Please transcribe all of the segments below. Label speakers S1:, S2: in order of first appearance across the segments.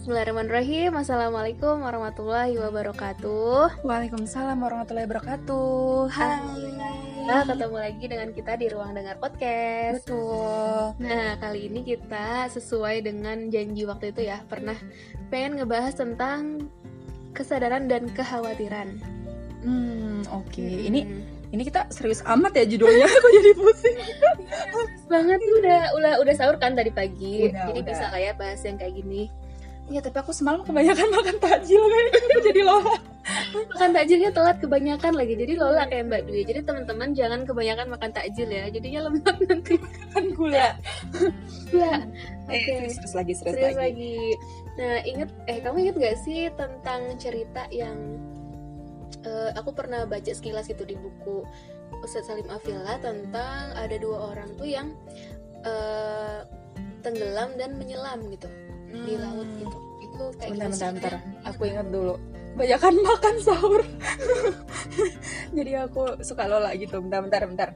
S1: Bismillahirrahmanirrahim. Assalamualaikum warahmatullahi wabarakatuh.
S2: Waalaikumsalam warahmatullahi wabarakatuh. Hai.
S1: Nah, ketemu lagi dengan kita di Ruang Dengar Podcast.
S2: Betul.
S1: Nah, kali ini kita sesuai dengan janji waktu itu ya, pernah pengen ngebahas tentang kesadaran dan kekhawatiran.
S2: Oke. Ini kita serius amat ya judulnya. Aku jadi pusing.
S1: Banget udah sahur kan tadi pagi.
S2: Udah.
S1: Bisa lah ya bahas yang kayak gini.
S2: Iya, tapi aku semalam kebanyakan makan takjil kayaknya. Aku jadi lola.
S1: Makan takjilnya telat kebanyakan lagi. Jadi lola kayak Mbak Dwi. Jadi teman-teman jangan kebanyakan makan takjil ya. Jadinya lemak nanti.
S2: Kan gula.
S1: Gula. Oke.
S2: Serius lagi.
S1: Nah, kamu inget gak sih tentang cerita yang aku pernah baca sekilas gitu di buku Ustadz Salim Afilla tentang ada dua orang tuh yang tenggelam dan menyelam gitu di laut gitu. Itu kayak
S2: bentar. Aku ingat dulu. Banyakan makan sahur. Jadi aku suka lola gitu. Bentar.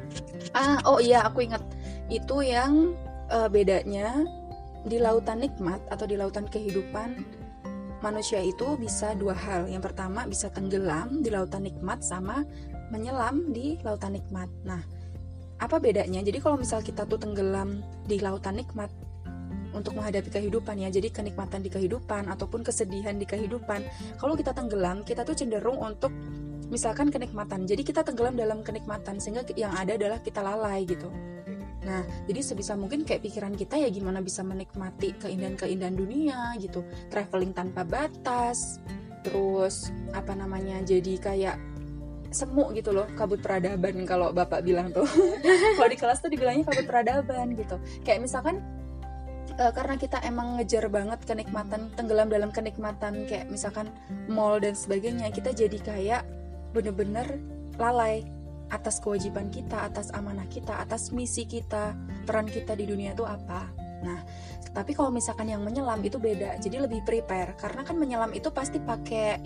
S2: Oh iya, aku ingat. Itu yang bedanya di lautan nikmat atau di lautan kehidupan, manusia itu bisa dua hal. Yang pertama bisa tenggelam di lautan nikmat sama menyelam di lautan nikmat. Nah, apa bedanya? Jadi kalau misal kita tuh tenggelam di lautan nikmat untuk menghadapi kehidupan ya, jadi kenikmatan di kehidupan ataupun kesedihan di kehidupan. Kalau kita tenggelam, kita tuh cenderung untuk misalkan kenikmatan. Jadi kita tenggelam dalam kenikmatan sehingga yang ada adalah kita lalai gitu. Nah, jadi sebisa mungkin kayak pikiran kita ya gimana bisa menikmati keindahan-keindahan dunia gitu. Traveling tanpa batas. Terus jadi kayak semu gitu loh, kabut peradaban kalau Bapak bilang tuh. Kalau di kelas tuh dibilangnya kabut peradaban gitu. Kayak misalkan karena kita emang ngejar banget kenikmatan, tenggelam dalam kenikmatan kayak misalkan mall dan sebagainya, kita jadi kayak bener-bener lalai atas kewajiban kita, atas amanah kita, atas misi kita, peran kita di dunia itu apa. Nah, tapi kalau misalkan yang menyelam itu beda, jadi lebih prepare, karena kan menyelam itu pasti pakai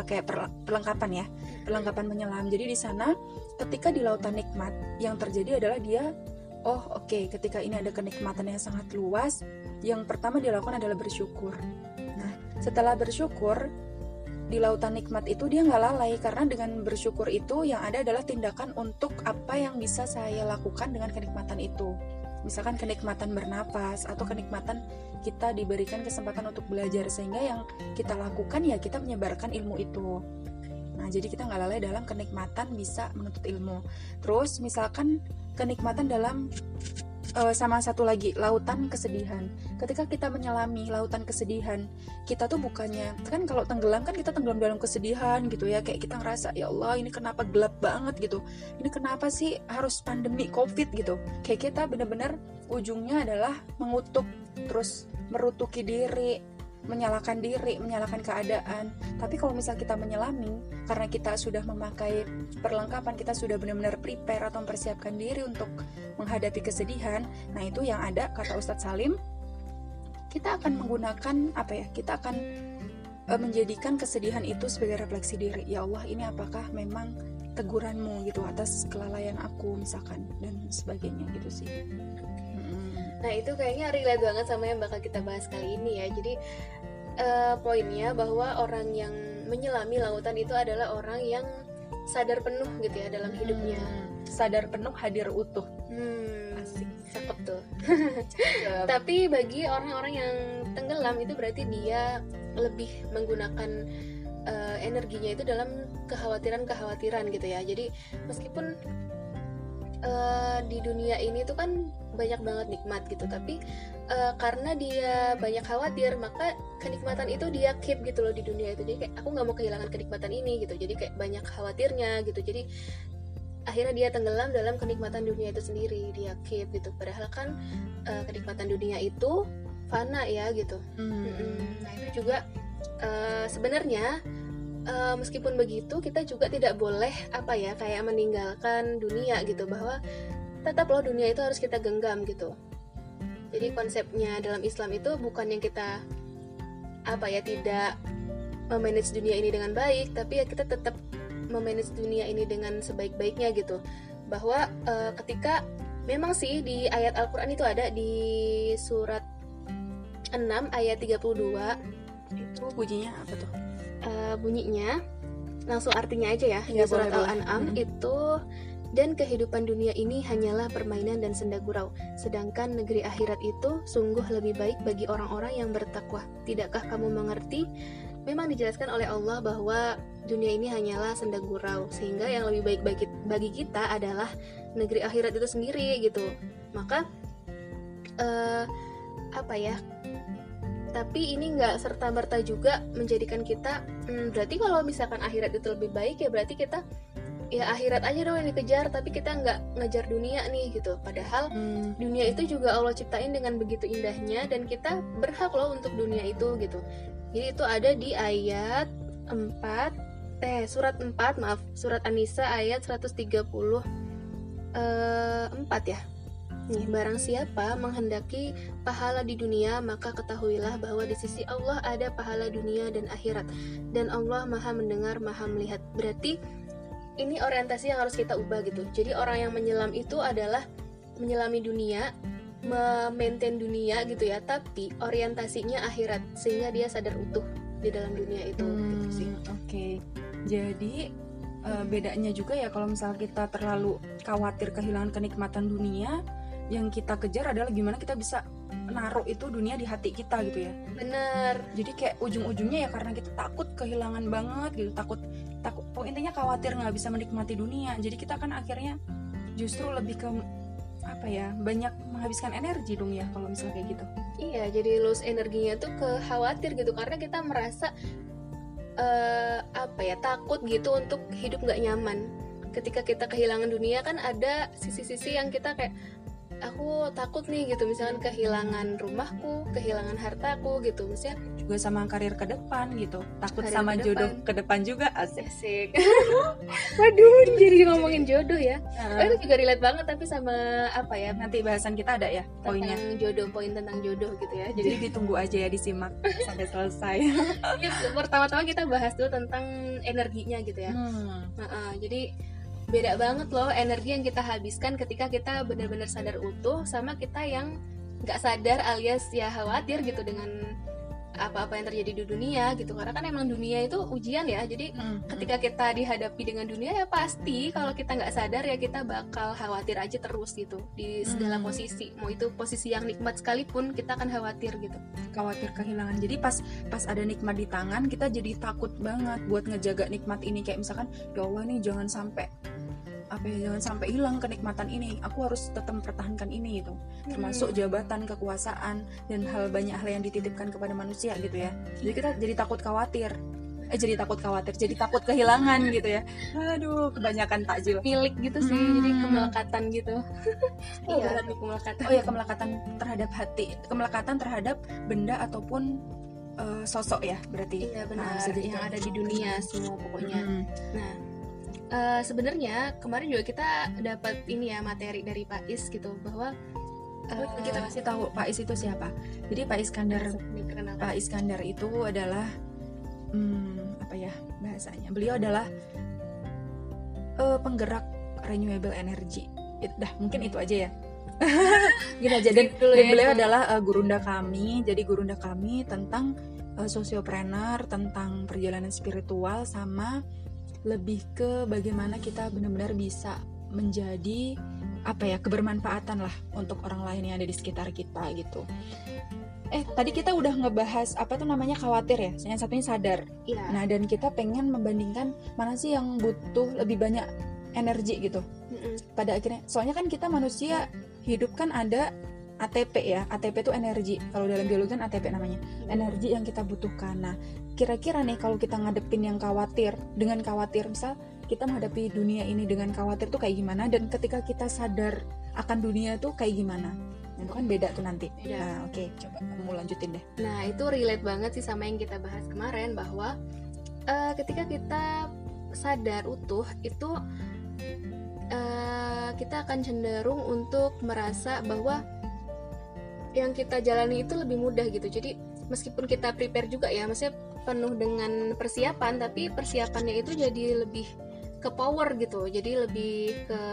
S2: perlengkapan menyelam. Jadi di sana ketika di lautan nikmat yang terjadi adalah dia ketika ini ada kenikmatan yang sangat luas, yang pertama dilakukan adalah bersyukur. Nah, setelah bersyukur di lautan nikmat itu dia nggak lalai, karena dengan bersyukur itu yang ada adalah tindakan untuk apa yang bisa saya lakukan dengan kenikmatan itu. Misalkan kenikmatan bernapas atau kenikmatan kita diberikan kesempatan untuk belajar, sehingga yang kita lakukan ya kita menyebarkan ilmu itu. Nah, jadi kita nggak lalai dalam kenikmatan bisa menuntut ilmu. Terus misalkan kenikmatan dalam sama satu lagi, lautan kesedihan. Ketika kita menyelami lautan kesedihan, kita tuh bukannya kan kalau tenggelam kan kita tenggelam dalam kesedihan gitu ya, kayak kita ngerasa ya Allah ini kenapa gelap banget gitu, ini kenapa sih harus pandemi COVID gitu. Kayak kita benar-benar ujungnya adalah mengutuk, terus merutuki diri, menyalahkan diri, menyalahkan keadaan. Tapi kalau misal kita menyelami, karena kita sudah memakai perlengkapan, kita sudah benar-benar prepare atau mempersiapkan diri untuk menghadapi kesedihan, nah itu yang ada, kata Ustadz Salim, kita akan menggunakan kita akan menjadikan kesedihan itu sebagai refleksi diri. Ya Allah, ini apakah memang teguranmu gitu atas kelalaian aku misalkan, dan sebagainya gitu sih.
S1: Nah, itu kayaknya relate banget sama yang bakal kita bahas kali ini ya. Jadi poinnya bahwa orang yang menyelami lautan itu adalah orang yang sadar penuh gitu ya dalam hidupnya.
S2: Sadar penuh, hadir utuh.
S1: Asik, cakep tuh. Tapi bagi orang-orang yang tenggelam itu berarti dia lebih menggunakan energinya itu dalam kekhawatiran gitu ya. Jadi meskipun di dunia ini tuh kan banyak banget nikmat gitu, tapi karena dia banyak khawatir, maka kenikmatan itu dia keep gitu loh di dunia itu. Jadi kayak aku nggak mau kehilangan kenikmatan ini gitu, jadi kayak banyak khawatirnya gitu, jadi akhirnya dia tenggelam dalam kenikmatan dunia itu sendiri, dia keep gitu. Padahal kan kenikmatan dunia itu fana ya gitu. Nah itu juga sebenarnya meskipun begitu kita juga tidak boleh kayak meninggalkan dunia gitu, bahwa tetap loh dunia itu harus kita genggam gitu. Jadi konsepnya dalam Islam itu bukan yang kita tidak memanage dunia ini dengan baik, tapi ya kita tetap memanage dunia ini dengan sebaik-baiknya gitu. Bahwa ketika memang sih di ayat Al-Quran itu ada di surat 6 ayat 32.
S2: Itu bunyinya apa tuh?
S1: Bunyinya langsung artinya aja ya.
S2: Ya,
S1: Di surat
S2: boleh.
S1: Al-An'am itu, dan kehidupan dunia ini hanyalah permainan dan senda gurau, sedangkan negeri akhirat itu sungguh lebih baik bagi orang-orang yang bertakwa. Tidakkah kamu mengerti? Memang dijelaskan oleh Allah bahwa dunia ini hanyalah senda gurau, sehingga yang lebih baik bagi kita adalah negeri akhirat itu sendiri gitu. Maka apa ya, tapi ini nggak serta-merta juga menjadikan kita berarti kalau misalkan akhirat itu lebih baik ya berarti kita ya akhirat aja dong yang dikejar, tapi kita nggak ngejar dunia nih gitu. Padahal dunia itu juga Allah ciptain dengan begitu indahnya, dan kita berhak loh untuk dunia itu gitu. Jadi itu ada di ayat 4 surat An-Nisa ayat 134 ya. Nih, barang siapa menghendaki pahala di dunia, maka ketahuilah bahwa di sisi Allah ada pahala dunia dan akhirat, dan Allah Maha mendengar, Maha melihat. Berarti ini orientasi yang harus kita ubah gitu. Jadi orang yang menyelam itu adalah menyelami dunia, memaintain dunia gitu ya, tapi orientasinya akhirat, sehingga dia sadar utuh di dalam dunia itu gitu sih.
S2: Oke. Jadi bedanya juga ya kalau misalnya kita terlalu khawatir kehilangan kenikmatan dunia, yang kita kejar adalah gimana kita bisa naruh itu dunia di hati kita gitu ya.
S1: Bener.
S2: Jadi kayak ujung-ujungnya ya karena kita takut kehilangan banget gitu, takut intinya khawatir nggak bisa menikmati dunia. Jadi kita kan akhirnya justru lebih ke apa ya, banyak menghabiskan energi dong ya kalau misalnya kayak gitu.
S1: Iya, jadi lose energinya tuh ke khawatir gitu, karena kita merasa takut gitu untuk hidup nggak nyaman. Ketika kita kehilangan dunia kan ada sisi-sisi yang kita kayak, aku takut nih gitu, misalkan kehilangan rumahku, kehilangan hartaku gitu, misalnya
S2: Juga sama karir ke depan gitu, takut
S1: Karir
S2: sama
S1: ke
S2: jodoh
S1: depan.
S2: ke depan juga. Asik.
S1: asik. Waduh, jadi ngomongin jodoh ya. Itu juga relate banget tapi sama apa ya,
S2: Nanti bahasan kita ada ya poinnya.
S1: tentang jodoh, poin tentang jodoh gitu ya.
S2: Jadi ditunggu aja ya, disimak sampai selesai.
S1: Pertama-tama kita bahas dulu tentang energinya gitu ya. Jadi beda banget loh energi yang kita habiskan ketika kita benar-benar sadar utuh, sama kita yang nggak sadar alias ya khawatir gitu dengan apa-apa yang terjadi di dunia gitu. Karena kan emang dunia itu ujian ya. Jadi ketika kita dihadapi dengan dunia ya pasti kalau kita nggak sadar ya kita bakal khawatir aja terus gitu di segala posisi. Mau itu posisi yang nikmat sekalipun kita akan khawatir gitu.
S2: Khawatir kehilangan. Jadi pas ada nikmat di tangan, kita jadi takut banget buat ngejaga nikmat ini. Kayak misalkan, ya Allah nih jangan sampai hilang kenikmatan ini, aku harus tetap mempertahankan ini gitu, termasuk jabatan, kekuasaan, dan banyak hal yang dititipkan kepada manusia gitu ya. Jadi kita jadi takut kehilangan gitu ya. Aduh, kebanyakan takjil
S1: Milik gitu sih, jadi kemelekatan gitu.
S2: Iya.
S1: Kemelekatan.
S2: Oh ya, kemelekatan terhadap hati, kemelekatan terhadap benda ataupun sosok ya berarti.
S1: Iya benar,
S2: bisa jadi
S1: yang ada di dunia semua pokoknya. Nah, sebenarnya kemarin juga kita dapat ini ya materi dari Pak Is gitu, bahwa
S2: kita kasih tahu Pak Is itu siapa. Jadi Pak Iskandar itu adalah apa ya bahasanya, beliau adalah penggerak renewable energy. Mungkin itu aja ya. Gini aja. Dan beliau adalah gurunda kami. Jadi gurunda kami tentang sosiopreneur, tentang perjalanan spiritual, sama lebih ke bagaimana kita benar-benar bisa menjadi kebermanfaatan lah untuk orang lain yang ada di sekitar kita gitu. Tadi kita udah ngebahas khawatir ya, yang satunya sadar.
S1: Iya.
S2: Nah, dan kita pengen membandingkan mana sih yang butuh lebih banyak energi gitu. Pada akhirnya, soalnya kan kita manusia hidup kan ada ATP ya. ATP itu energi. Kalau dalam biologi kan ATP namanya. Energi yang kita butuhkan. Nah, kira-kira nih kalau kita ngadepin yang dengan khawatir, misal kita menghadapi dunia ini dengan khawatir tuh kayak gimana, dan ketika kita sadar akan dunia tuh kayak gimana. Nah, itu kan beda tuh nanti. Nah, oke, coba kamu lanjutin deh.
S1: Nah, itu relate banget sih sama yang kita bahas kemarin, bahwa ketika kita sadar utuh itu kita akan cenderung untuk merasa bahwa yang kita jalani itu lebih mudah gitu. Jadi meskipun kita prepare juga ya, maksudnya penuh dengan persiapan, tapi persiapannya itu jadi lebih ke power gitu, jadi lebih ke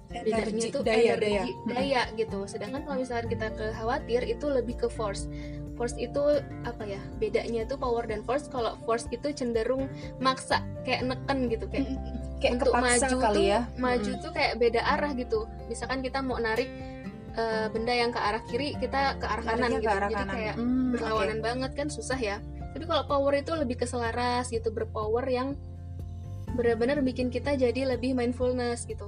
S2: Energi,
S1: itu
S2: daya
S1: daya gitu. Sedangkan kalau misalkan kita ke khawatir itu lebih ke force. force itu apa ya, bedanya tuh power dan force. Kalau force itu cenderung maksa, kayak neken gitu, kayak untuk maju
S2: kali
S1: tuh
S2: ya.
S1: maju tuh kayak beda arah gitu. Misalkan kita mau narik benda yang ke arah kiri, kita ke arah kanan gitu, jadi kayak berlawanan banget kan, susah ya. Tapi kalau power itu lebih keselaras gitu, berpower yang benar-benar bikin kita jadi lebih mindfulness gitu.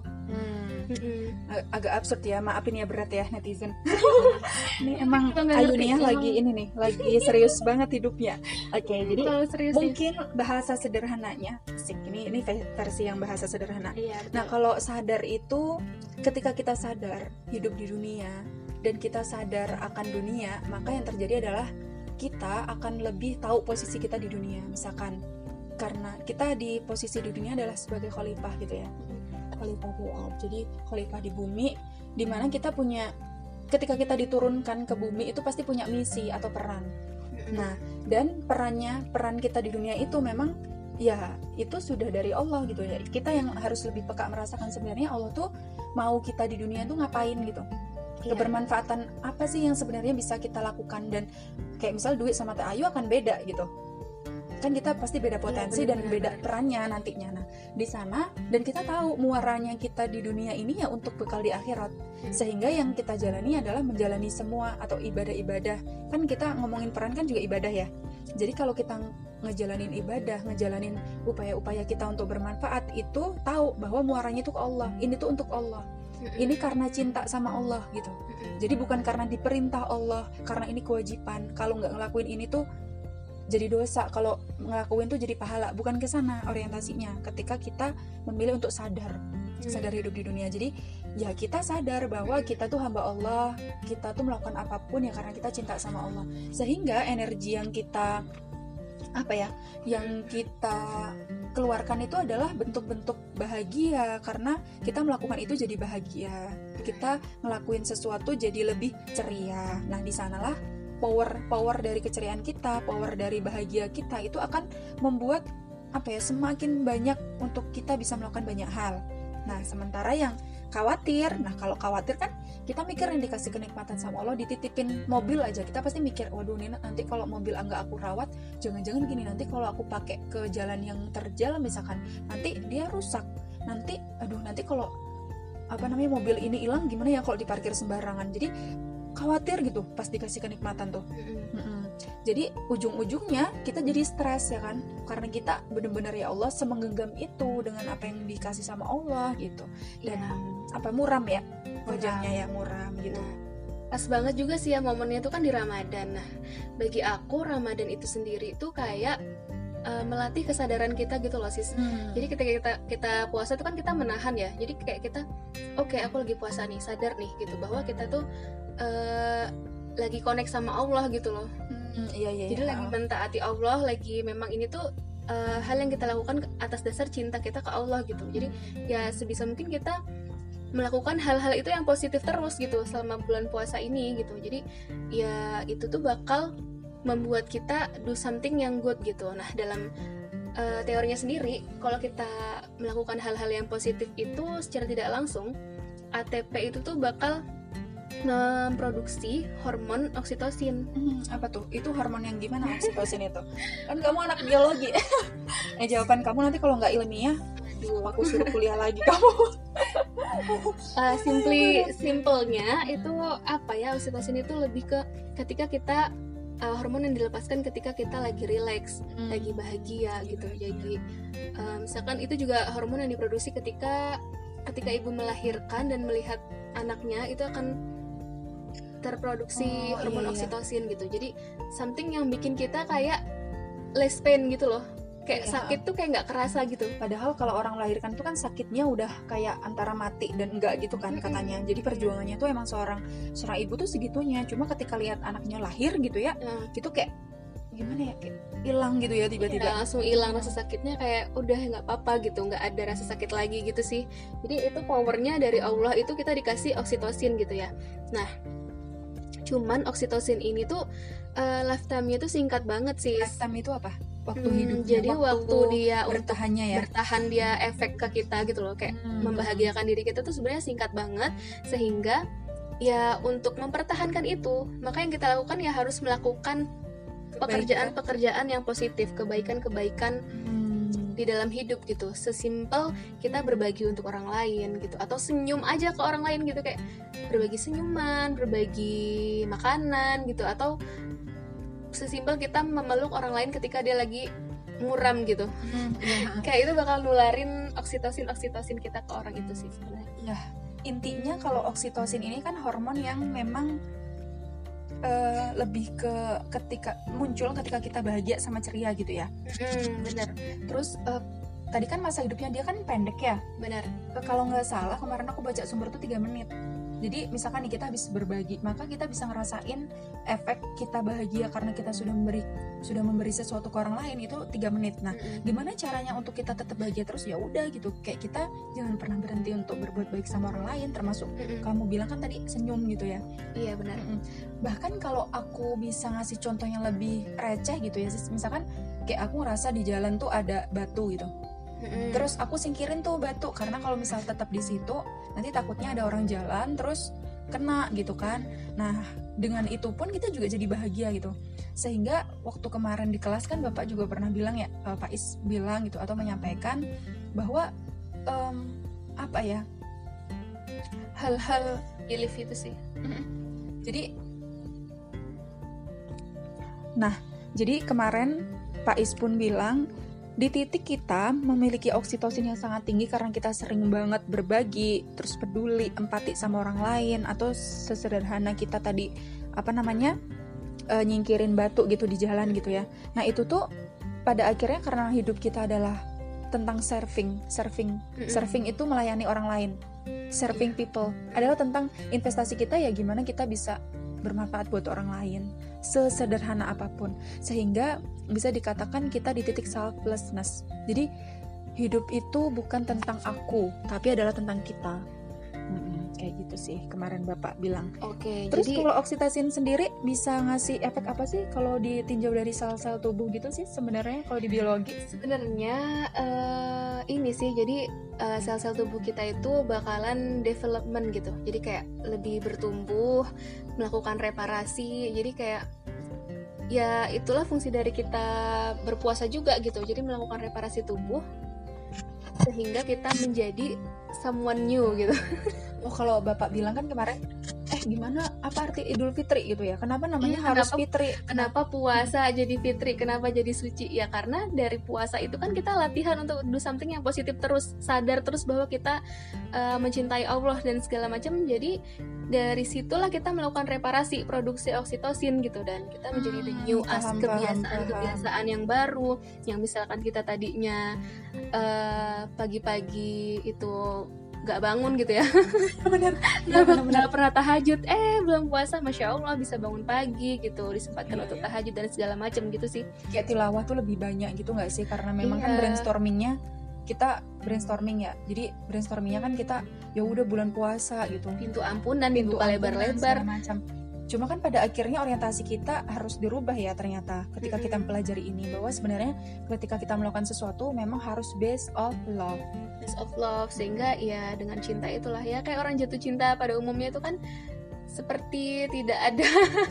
S2: Agak absurd ya, maafin ya berat ya netizen. Ini emang Ayunia lagi ini nih, lagi serius banget hidupnya. Oke, jadi mungkin bahasa sederhananya, ini versi yang bahasa sederhana. Nah, kalau sadar itu ketika kita sadar hidup di dunia dan kita sadar akan dunia, maka yang terjadi adalah kita akan lebih tahu posisi kita di dunia. Misalkan karena kita di posisi di dunia adalah sebagai khalifah gitu ya, khalifah fil ard. Jadi khalifah di bumi, dimana kita punya, ketika kita diturunkan ke bumi itu pasti punya misi atau peran. Nah, dan peran kita di dunia itu memang ya itu sudah dari Allah gitu ya. Kita yang harus lebih peka merasakan sebenarnya Allah tuh mau kita di dunia tuh ngapain gitu. Kebermanfaatan apa sih yang sebenarnya bisa kita lakukan, dan kayak misal duit sama Teh Ayu akan beda gitu. Kan kita pasti beda potensi dan beda perannya nantinya. Nah, di sana, dan kita tahu muaranya kita di dunia ini ya untuk bekal di akhirat. Sehingga yang kita jalani adalah menjalani semua atau ibadah-ibadah. Kan kita ngomongin peran kan juga ibadah ya. Jadi kalau kita ngejalanin ibadah, ngejalanin upaya-upaya kita untuk bermanfaat, itu tahu bahwa muaranya itu ke Allah. Ini tuh untuk Allah. Ini karena cinta sama Allah gitu. Jadi bukan karena diperintah Allah, karena ini kewajiban. Kalau nggak ngelakuin ini tuh jadi dosa, kalau ngelakuin tuh jadi pahala. Bukan ke sana orientasinya ketika kita memilih untuk sadar hidup di dunia. Jadi ya kita sadar bahwa kita tuh hamba Allah, kita tuh melakukan apapun ya karena kita cinta sama Allah. Sehingga energi yang kita keluarkan itu adalah bentuk-bentuk bahagia, karena kita melakukan itu jadi bahagia, kita ngelakuin sesuatu jadi lebih ceria. Nah, di sanalah power dari keceriaan kita, power dari bahagia kita itu akan membuat semakin banyak untuk kita bisa melakukan banyak hal. Nah, sementara yang khawatir, kalau khawatir kan kita mikir yang dikasih kenikmatan sama Allah, dititipin mobil aja kita pasti mikir, waduh ini nanti kalau mobil enggak aku rawat, jangan-jangan gini, nanti kalau aku pakai ke jalan yang terjal misalkan, nanti dia rusak, nanti kalau mobil ini hilang gimana ya kalau diparkir sembarangan. Jadi khawatir gitu pas dikasih kenikmatan tuh. Jadi ujung-ujungnya kita jadi stres ya kan, karena kita benar-benar ya Allah semenggenggam itu dengan apa yang dikasih sama Allah gitu. Dan muram ya wajahnya, ya muram gitu.
S1: Pas banget juga sih ya momennya itu kan di Ramadan. Nah, bagi aku Ramadan itu sendiri itu kayak melatih kesadaran kita gitu loh sis. Jadi ketika kita puasa itu kan kita menahan ya. Jadi kayak kita oke, aku lagi puasa nih, sadar nih gitu bahwa kita tuh lagi connect sama Allah gitu loh. Jadi lagi mentaati Allah, lagi memang ini tuh hal yang kita lakukan atas dasar cinta kita ke Allah gitu. Jadi ya sebisa mungkin kita melakukan hal-hal itu yang positif terus gitu selama bulan puasa ini gitu. Jadi ya itu tuh bakal membuat kita do something yang good gitu. Nah, dalam teorinya sendiri, kalau kita melakukan hal-hal yang positif itu secara tidak langsung, ATP itu tuh bakal memproduksi hormon oksitosin.
S2: Apa tuh? Itu hormon yang gimana oksitosin itu? Kan kamu anak biologi. Jawaban kamu nanti kalau nggak ilmiah, aku suruh kuliah lagi kamu.
S1: Simpelnya itu oksitosin itu lebih ke ketika kita hormon yang dilepaskan ketika kita lagi relax, lagi bahagia gitu. Jadi misalkan itu juga hormon yang diproduksi ketika ibu melahirkan dan melihat anaknya, itu akan terproduksi hormon oksitosin gitu. Jadi something yang bikin kita kayak less pain gitu loh, kayak sakit tuh kayak nggak kerasa gitu.
S2: Padahal kalau orang melahirkan tuh kan sakitnya udah kayak antara mati dan enggak gitu kan katanya. Jadi perjuangannya tuh emang seorang ibu tuh segitunya. Cuma ketika lihat anaknya lahir gitu ya, itu kayak gimana ya, kayak hilang gitu ya tiba-tiba.
S1: Langsung hilang rasa sakitnya, kayak udah nggak apa-apa gitu, nggak ada rasa sakit lagi gitu sih. Jadi itu powernya dari Allah, itu kita dikasih oksitosin gitu ya. Nah, cuman oksitosin ini tuh lifetime-nya tuh singkat banget sih.
S2: Lifetime itu apa? Waktu hidupnya.
S1: Jadi waktu dia
S2: bertahannya ya.
S1: Bertahan dia efek ke kita gitu loh, kayak membahagiakan diri kita tuh sebenarnya singkat banget, sehingga ya untuk mempertahankan itu, maka yang kita lakukan ya harus melakukan pekerjaan-pekerjaan yang positif, kebaikan-kebaikan di dalam hidup gitu. Sesimpel kita berbagi untuk orang lain gitu, atau senyum aja ke orang lain gitu, kayak berbagi senyuman, berbagi makanan gitu, atau sesimpel kita memeluk orang lain ketika dia lagi muram gitu. Kayak itu bakal nularin oksitosin kita ke orang itu sih sebenarnya.
S2: Ya, intinya kalau oksitosin ini kan hormon yang memang lebih ke muncul ketika kita bahagia sama ceria gitu ya.
S1: Benar.
S2: Terus tadi kan masa hidupnya dia kan pendek ya.
S1: Benar.
S2: Kalau nggak salah kemarin aku baca sumber tuh 3 menit. Jadi misalkan nih kita habis berbagi, maka kita bisa ngerasain efek kita bahagia karena kita sudah memberi sesuatu ke orang lain itu 3 menit. Nah, gimana caranya untuk kita tetap bahagia terus? Ya udah gitu, kayak kita jangan pernah berhenti untuk berbuat baik sama orang lain, termasuk kamu bilang kan tadi senyum gitu ya.
S1: Iya benar.
S2: Bahkan kalau aku bisa ngasih contoh yang lebih receh gitu ya, misalkan kayak aku ngerasa di jalan tuh ada batu gitu. Terus aku singkirin tuh batu karena kalau misal tetap di situ nanti takutnya ada orang jalan terus kena gitu kan. Nah, dengan itu pun kita juga jadi bahagia gitu. Sehingga waktu kemarin di kelas kan Bapak juga pernah bilang ya, Pak Is bilang gitu atau menyampaikan bahwa apa ya, hal-hal
S1: belief itu sih.
S2: Jadi kemarin Pak Is pun bilang di titik kita memiliki oksitosin yang sangat tinggi karena kita sering banget berbagi, terus peduli, empati sama orang lain, atau sesederhana kita tadi nyingkirin batu gitu di jalan gitu ya. Nah itu tuh pada akhirnya karena hidup kita adalah tentang serving itu melayani orang lain. Serving people adalah tentang investasi kita ya, gimana kita bisa bermanfaat buat orang lain sesederhana apapun, sehingga bisa dikatakan kita di titik selflessness. Jadi hidup itu bukan tentang aku tapi adalah tentang kita. Kayak gitu sih kemarin Bapak bilang.
S1: Oke,
S2: terus
S1: jadi
S2: kalau oksitosin sendiri bisa ngasih efek apa sih kalau ditinjau dari sel-sel tubuh gitu sih sebenarnya kalau di biologi?
S1: Sebenarnya ini sih, jadi sel-sel tubuh kita itu bakalan development gitu, jadi kayak lebih bertumbuh, melakukan reparasi. Jadi kayak ya itulah fungsi dari kita berpuasa juga gitu, jadi melakukan reparasi tubuh sehingga kita menjadi someone new gitu.
S2: Oh, kalau Bapak bilang kan kemarin gimana, apa arti Idul Fitri gitu ya, kenapa namanya harus fitri,
S1: kenapa puasa jadi fitri, kenapa jadi suci ya, karena dari puasa itu kan kita latihan untuk do something yang positif terus, sadar terus bahwa kita mencintai Allah dan segala macam. Jadi dari situlah kita melakukan reparasi, produksi oksitosin gitu, dan kita menjadi the new us, kebiasaan yang baru, yang misalkan kita tadinya pagi-pagi itu gak bangun gitu ya, nggak pernah tahajud, belum puasa masya Allah bisa bangun pagi gitu, disempatkan untuk tahajud dan segala macam gitu sih.
S2: Kayak tilawah tuh lebih banyak gitu nggak sih, karena memang kan kita brainstorming ya, jadi brainstormingnya kan kita ya udah bulan puasa gitu,
S1: pintu ampunan dibuka lebar-lebar
S2: macam. Cuma kan pada akhirnya orientasi kita harus dirubah ya ternyata ketika kita mempelajari ini, bahwa sebenarnya ketika kita melakukan sesuatu memang harus based of love,
S1: sehingga ya dengan cinta itulah ya, kayak orang jatuh cinta pada umumnya itu kan seperti tidak ada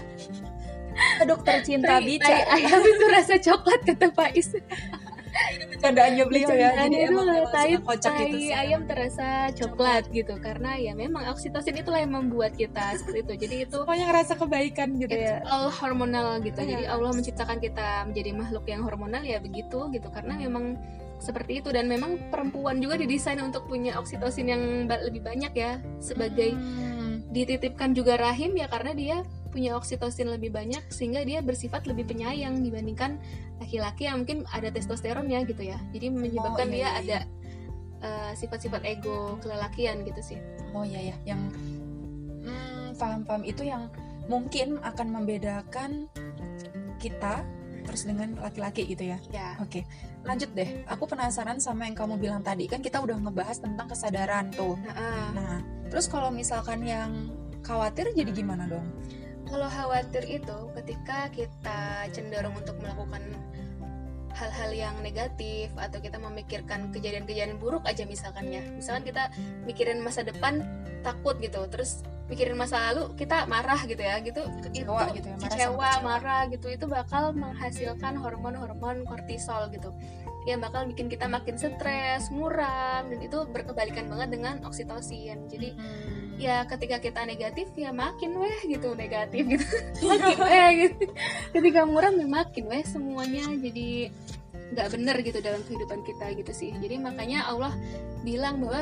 S2: dokter cinta bicara
S1: ayam itu rasa coklat kata Pak Is.
S2: Bercandaannya beliau ya, jadi emang kocak gitu sih.
S1: Ayam terasa coklat gitu, karena ya memang oksitosin itulah yang membuat kita seperti itu. Jadi itu
S2: pokoknya ngerasa kebaikan gitu ya,
S1: all hormonal gitu. Jadi Allah menciptakan kita menjadi makhluk yang hormonal ya begitu gitu, karena memang seperti itu. Dan memang perempuan juga didesain untuk punya oksitosin yang lebih banyak ya, sebagai dititipkan juga rahim ya, karena dia punya oksitosin lebih banyak sehingga dia bersifat lebih penyayang dibandingkan laki-laki yang mungkin ada testosteronnya gitu ya. Jadi menyebabkan dia ada sifat-sifat ego kelelakian gitu sih.
S2: Oh iya ya, yang paham-paham itu yang mungkin akan membedakan kita terus dengan laki-laki gitu ya. Oke, lanjut deh. Aku penasaran sama yang kamu bilang tadi, kan kita udah ngebahas tentang kesadaran tuh. Nah, terus kalau misalkan yang khawatir jadi gimana dong?
S1: Kalau khawatir itu ketika kita cenderung untuk melakukan hal-hal yang negatif, atau kita memikirkan kejadian-kejadian buruk aja misalkan ya. Misalkan kita mikirin masa depan takut gitu, terus mikirin masa lalu kita marah gitu ya, gitu
S2: Kecewa
S1: itu
S2: gitu ya,
S1: kecewa, marah gitu, itu bakal menghasilkan hormon-hormon kortisol gitu yang bakal bikin kita makin stres, muram, dan itu berkebalikan banget dengan oksitosin. Jadi ya ketika kita negatif ya makin weh gitu negatif gitu makin weh gitu. Ketika muram ya makin weh semuanya jadi nggak bener gitu dalam kehidupan kita gitu sih. Jadi makanya Allah bilang bahwa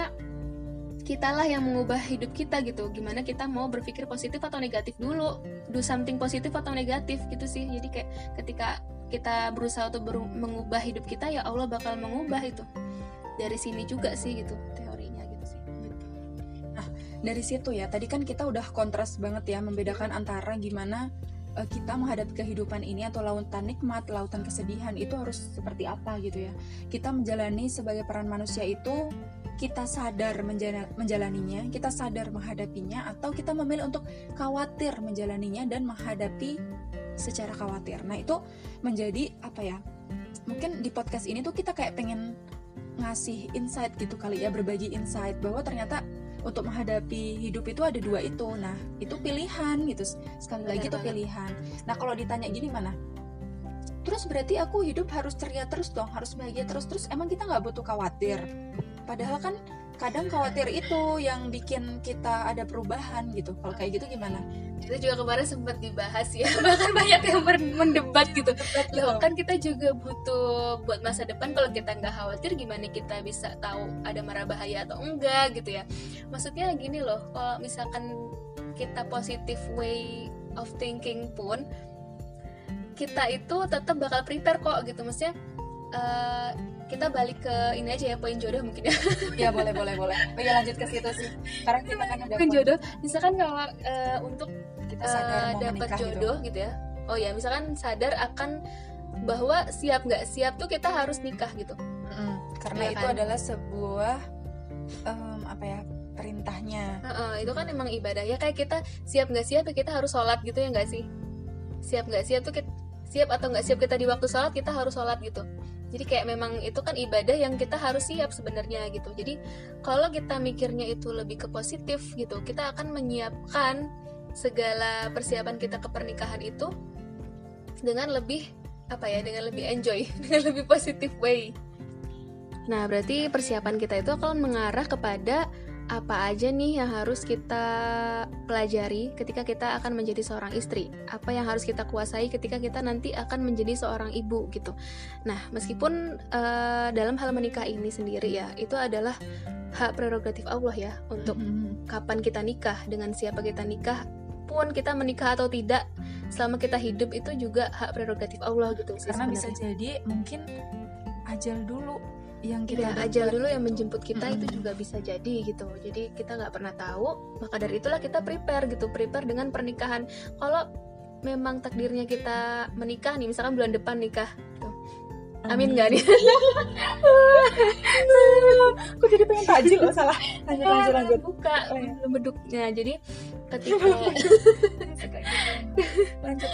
S1: kitalah yang mengubah hidup kita gitu. Gimana kita mau berpikir positif atau negatif dulu, do something positif atau negatif gitu sih. Jadi kayak ketika kita berusaha untuk mengubah hidup kita, ya Allah bakal mengubah itu. Dari sini juga sih gitu teorinya gitu sih.
S2: Nah, dari situ ya, tadi kan kita udah kontras banget ya, membedakan antara gimana kita menghadapi kehidupan ini atau lautan nikmat, lautan kesedihan itu harus seperti apa gitu ya. Kita menjalani sebagai peran manusia itu, kita sadar menjalaninya, kita sadar menghadapinya, atau kita memilih untuk khawatir menjalaninya dan menghadapi secara khawatir. Nah, itu menjadi apa ya? Mungkin di podcast ini tuh kita kayak pengen ngasih insight gitu kali ya, berbagi insight bahwa ternyata untuk menghadapi hidup itu ada dua itu. Nah, itu pilihan gitu. Sekali lagi itu pilihan. Nah, kalau ditanya gini mana? Terus berarti aku hidup harus ceria terus dong, harus bahagia terus emang kita nggak butuh khawatir? Padahal kan kadang khawatir itu yang bikin kita ada perubahan gitu. Kalau kayak gitu gimana?
S1: Kita juga kemarin sempat dibahas ya, bahkan banyak yang mendebat gitu. Loh, kan kita juga butuh buat masa depan, kalau kita nggak khawatir gimana kita bisa tahu ada mara bahaya atau enggak gitu ya. Maksudnya gini loh, kalau misalkan kita positive way of thinking pun, kita itu tetap bakal prepare kok gitu. Maksudnya kita balik ke ini aja ya, poin jodoh mungkin ya.
S2: Ya boleh. Oh ya, lanjut ke situ sih. Karena kita kan ada
S1: poin jodoh. Misalkan kalau untuk
S2: kita sadar mau
S1: dapat
S2: menikah
S1: jodoh gitu ya. Oh ya, misalkan sadar akan bahwa siap nggak siap tuh kita harus nikah gitu.
S2: Karena ya, itu kan adalah sebuah apa ya, perintahnya.
S1: Itu kan emang ibadah ya, kayak kita siap nggak siap ya kita harus sholat gitu ya nggak sih? Siap nggak siap tuh siap atau nggak siap kita di waktu sholat, kita harus sholat gitu. Jadi kayak memang itu kan ibadah yang kita harus siap sebenarnya gitu. Jadi kalau kita mikirnya itu lebih ke positif gitu, kita akan menyiapkan segala persiapan kita ke pernikahan itu dengan lebih apa ya, dengan lebih enjoy, dengan lebih positive way. Nah, berarti persiapan kita itu akan mengarah kepada apa aja nih yang harus kita pelajari ketika kita akan menjadi seorang istri, apa yang harus kita kuasai ketika kita nanti akan menjadi seorang ibu gitu. Nah, meskipun dalam hal menikah ini sendiri ya, itu adalah hak prerogatif Allah ya, untuk kapan kita nikah, dengan siapa kita nikah, pun kita menikah atau tidak, selama kita hidup itu juga hak prerogatif Allah gitu sih.
S2: Karena bisa jadi mungkin ajal dulu yang kita
S1: ajal dulu yang menjemput kita, itu juga bisa jadi gitu. Jadi kita nggak pernah tahu, maka dari itulah kita prepare dengan pernikahan. Kalau memang takdirnya kita menikah nih, misalkan bulan depan nikah gitu. Amin nggak nih?
S2: Aku jadi pengen tajil loh, salah. Lanjut.
S1: Buka belum beduknya. Jadi ketika
S2: lanjut.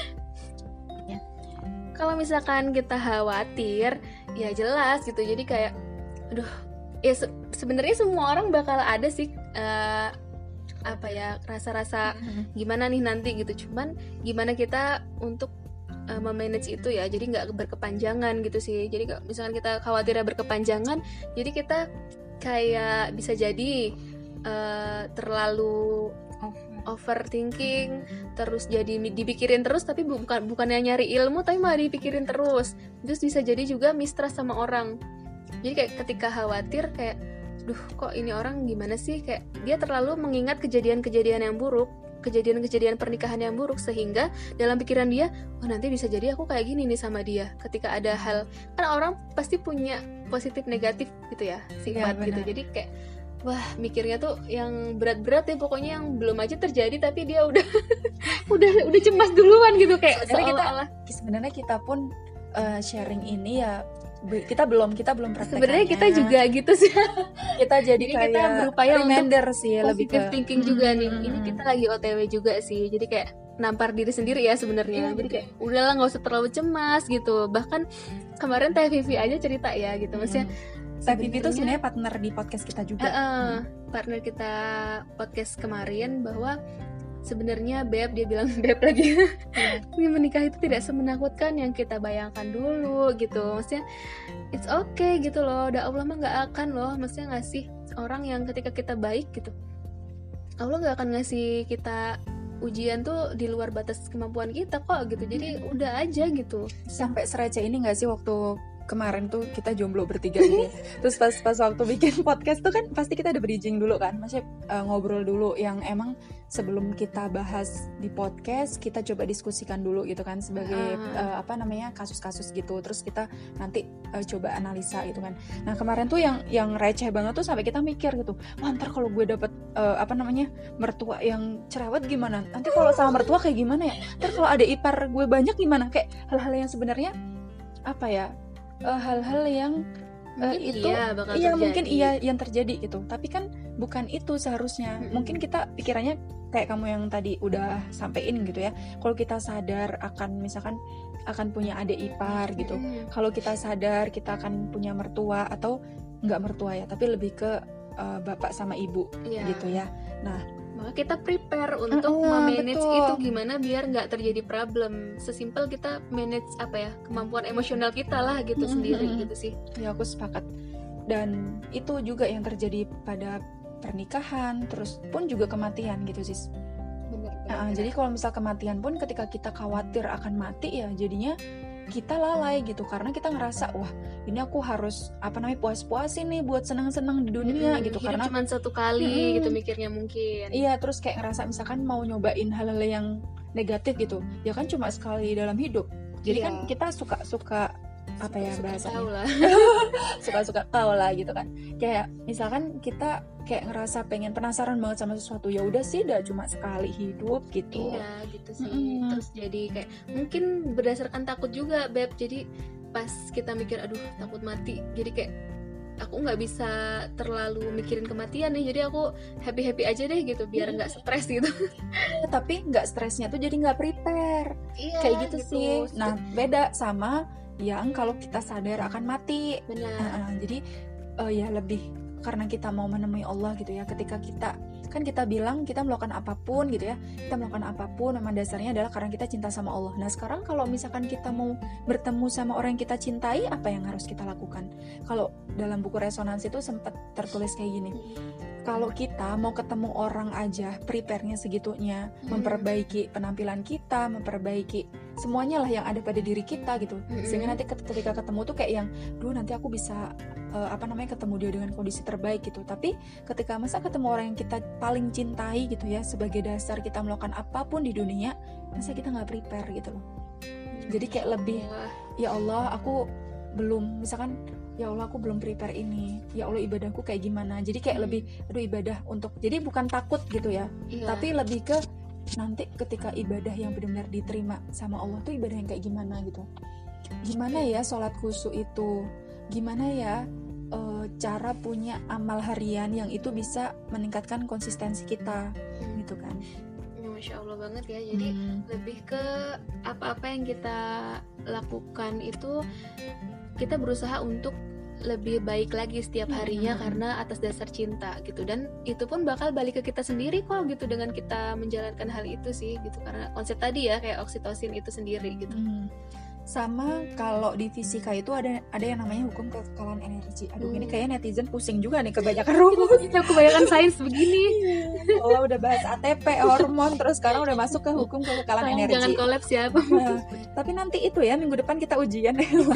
S1: Kalau misalkan kita khawatir, ya jelas gitu. Jadi kayak, aduh, ya sebenarnya semua orang bakal ada sih apa ya, rasa-rasa gimana nih nanti gitu. Cuman gimana kita untuk memanage itu ya, jadi nggak berkepanjangan gitu sih. Jadi misalkan kita khawatirnya berkepanjangan, jadi kita kayak bisa jadi terlalu overthinking, terus jadi dipikirin terus, tapi bukannya nyari ilmu, tapi malah dipikirin terus. Terus bisa jadi juga mistrust sama orang. Jadi kayak ketika khawatir kayak, duh kok ini orang gimana sih, kayak dia terlalu mengingat kejadian-kejadian yang buruk, kejadian-kejadian pernikahan yang buruk, sehingga dalam pikiran dia, oh nanti bisa jadi aku kayak gini nih sama dia. Ketika ada hal, kan orang pasti punya positif negatif gitu ya, sifat
S2: ya,
S1: gitu. Jadi kayak, wah mikirnya tuh yang berat-berat ya, pokoknya yang belum aja terjadi tapi dia udah udah cemas duluan gitu, kayak
S2: sebenarnya kita pun sharing ini ya, kita belum praktekannya.
S1: Sebenarnya kita juga gitu sih.
S2: Kita jadi kayak
S1: kita berupaya
S2: reminder
S1: untuk
S2: sih, lebih ke
S1: thinking juga nih. Ini kita lagi OTW juga sih. Jadi kayak nampar diri sendiri ya sebenarnya. Jadi kayak udahlah nggak usah terlalu cemas gitu. Bahkan kemarin Teh Vivi aja cerita ya gitu. Maksudnya
S2: Teh Vivi itu sebenarnya partner di podcast kita juga.
S1: Partner kita podcast kemarin, bahwa sebenarnya Beb, dia bilang Beb lagi, menikah itu tidak semenakutkan yang kita bayangkan dulu gitu. Maksudnya it's okay gitu loh. Udah Allah mah nggak akan loh, maksudnya ngasih orang yang ketika kita baik gitu, Allah nggak akan ngasih kita ujian tuh di luar batas kemampuan kita kok gitu. Jadi udah aja gitu.
S2: Sampai sereceh ini nggak sih waktu kemarin tuh kita jomblo bertiga gitu. Terus pas waktu bikin podcast tuh kan pasti kita ada bridging dulu kan, maksudnya ngobrol dulu yang emang sebelum kita bahas di podcast kita coba diskusikan dulu gitu kan sebagai kasus-kasus gitu. Terus kita nanti coba analisa gitu kan. Nah kemarin tuh yang receh banget tuh sampai kita mikir gitu, wah ntar kalau gue dapet mertua yang cerewet gimana? Nanti kalau sama mertua kayak gimana ya? Ntar kalau ada ipar gue banyak gimana? Kayak hal-hal yang sebenarnya hal-hal yang mungkin yang terjadi gitu, tapi kan bukan itu seharusnya. Mungkin kita pikirannya kayak kamu yang tadi udah sampein gitu ya, kalau kita sadar akan misalkan akan punya adik ipar gitu, kalau kita sadar kita akan punya mertua atau nggak mertua ya, tapi lebih ke bapak sama ibu gitu ya. Nah
S1: maka kita prepare untuk memanage itu gimana biar nggak terjadi problem. Sesimpel kita manage kemampuan emosional kita lah gitu sendiri gitu sih.
S2: Ya aku sepakat. Dan itu juga yang terjadi pada pernikahan, terus pun juga kematian gitu sis. Benar. Jadi kalau misal kematian pun ketika kita khawatir akan mati ya jadinya kita lalai gitu, karena kita ngerasa wah ini aku harus puas-puasin nih buat senang-senang di dunia gitu,
S1: hidup
S2: karena
S1: cuma satu kali gitu mikirnya mungkin.
S2: Iya, terus kayak ngerasa misalkan mau nyobain hal-hal yang negatif gitu ya kan cuma sekali dalam hidup. Jadi kan kita suka bahasanya suka tahu lah gitu kan, kayak misalkan kita kayak ngerasa penasaran banget sama sesuatu, ya udah sih udah cuma sekali hidup gitu.
S1: Iya gitu sih. Terus jadi kayak mungkin berdasarkan takut juga Beb, jadi pas kita mikir aduh takut mati, jadi kayak aku nggak bisa terlalu mikirin kematian nih, jadi aku happy aja deh gitu biar nggak stres gitu.
S2: Tapi nggak stresnya tuh jadi nggak prepare kayak gitu sih. Nah beda sama yang kalau kita sadar akan mati.
S1: Benar.
S2: Jadi ya lebih karena kita mau menemui Allah gitu ya. Ketika kita bilang kita melakukan apapun gitu ya, kita melakukan apapun memang dasarnya adalah karena kita cinta sama Allah. Nah sekarang kalau misalkan kita mau bertemu sama orang yang kita cintai, apa yang harus kita lakukan? Kalau dalam buku Resonansi itu sempat tertulis kayak gini, kalau kita mau ketemu orang aja prepare-nya segitunya, memperbaiki penampilan kita, memperbaiki semuanya lah yang ada pada diri kita gitu, sehingga nanti ketika ketemu tuh kayak yang nanti aku bisa ketemu dia dengan kondisi terbaik gitu. Tapi ketika masa ketemu orang yang kita paling cintai gitu ya, sebagai dasar kita melakukan apapun di dunia, masa kita nggak prepare gitu loh. Jadi kayak lebih ya Allah aku belum, misalkan ya Allah aku belum prepare ini, ya Allah ibadahku kayak gimana. Jadi kayak lebih ibadah untuk, jadi bukan takut gitu ya, tapi lebih ke nanti ketika ibadah yang benar-benar diterima sama Allah tuh ibadah yang kayak gimana gitu. Gimana ya sholat khusyuk itu, gimana ya cara punya amal harian yang itu bisa meningkatkan konsistensi kita gitu kan.
S1: Masya Allah banget ya. Jadi lebih ke apa-apa yang kita lakukan itu kita berusaha untuk lebih baik lagi setiap harinya karena atas dasar cinta gitu, dan itu pun bakal balik ke kita sendiri kok gitu dengan kita menjalankan hal itu sih gitu, karena konsep tadi ya kayak oksitosin itu sendiri gitu.
S2: Sama kalau di fisika itu ada yang namanya hukum kekekalan energi. Aduh ini kayaknya netizen pusing juga nih kebanyakan rumus.
S1: Kebanyakan sains begini.
S2: Oh udah bahas ATP, hormon, terus sekarang udah masuk ke hukum kekekalan energi.
S1: Jangan kolaps ya.
S2: Tapi nanti itu ya minggu depan kita ujian.